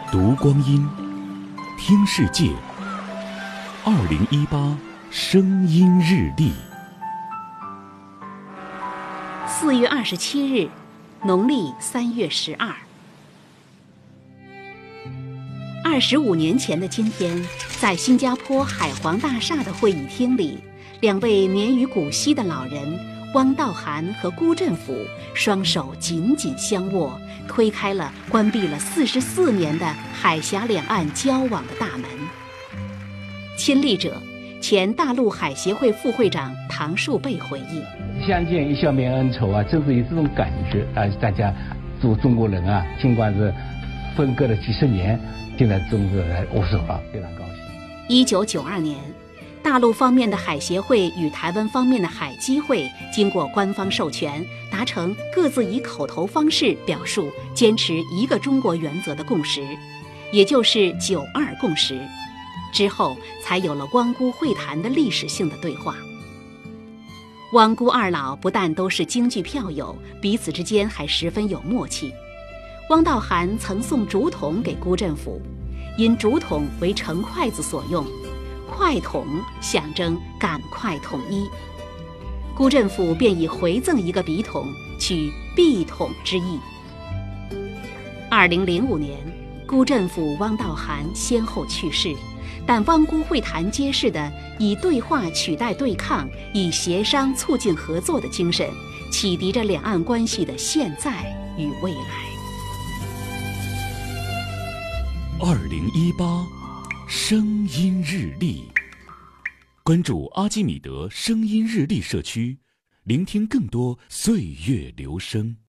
读光阴，听世界。2018声音日历。 4月27日，农历3月12。25年前的今天，在新加坡海皇大厦的会议厅里，两位年逾古稀的老人汪道涵和辜振甫双手紧紧相握，推开了关闭了44年的海峡两岸交往的大门。亲历者前大陆海协会副会长唐树贝回忆： 相见一笑泯恩仇啊，正是有这种感觉啊！大家做中国人啊，尽管是分割了几十年，现在中国来握手了，非常高兴。 1992年，大陆方面的海协会与台湾方面的海基会经过官方授权，达成各自以口头方式表述坚持一个中国原则的共识，也就是“92共识”。之后才有了汪辜会谈的历史性的对话。汪辜二老不但都是京剧票友，彼此之间还十分有默契。汪道涵曾送竹筒给辜振甫，因竹筒为盛筷子所用，筷筒象征赶快统一，辜振甫便以回赠一个笔筒，取笔筒之意。2005年，辜振甫、汪道涵先后去世，但汪辜会谈揭示的以对话取代对抗、以协商促进合作的精神，启迪着两岸关系的现在与未来。 2018声音日历，关注阿基米德声音日历社区，聆听更多岁月流声。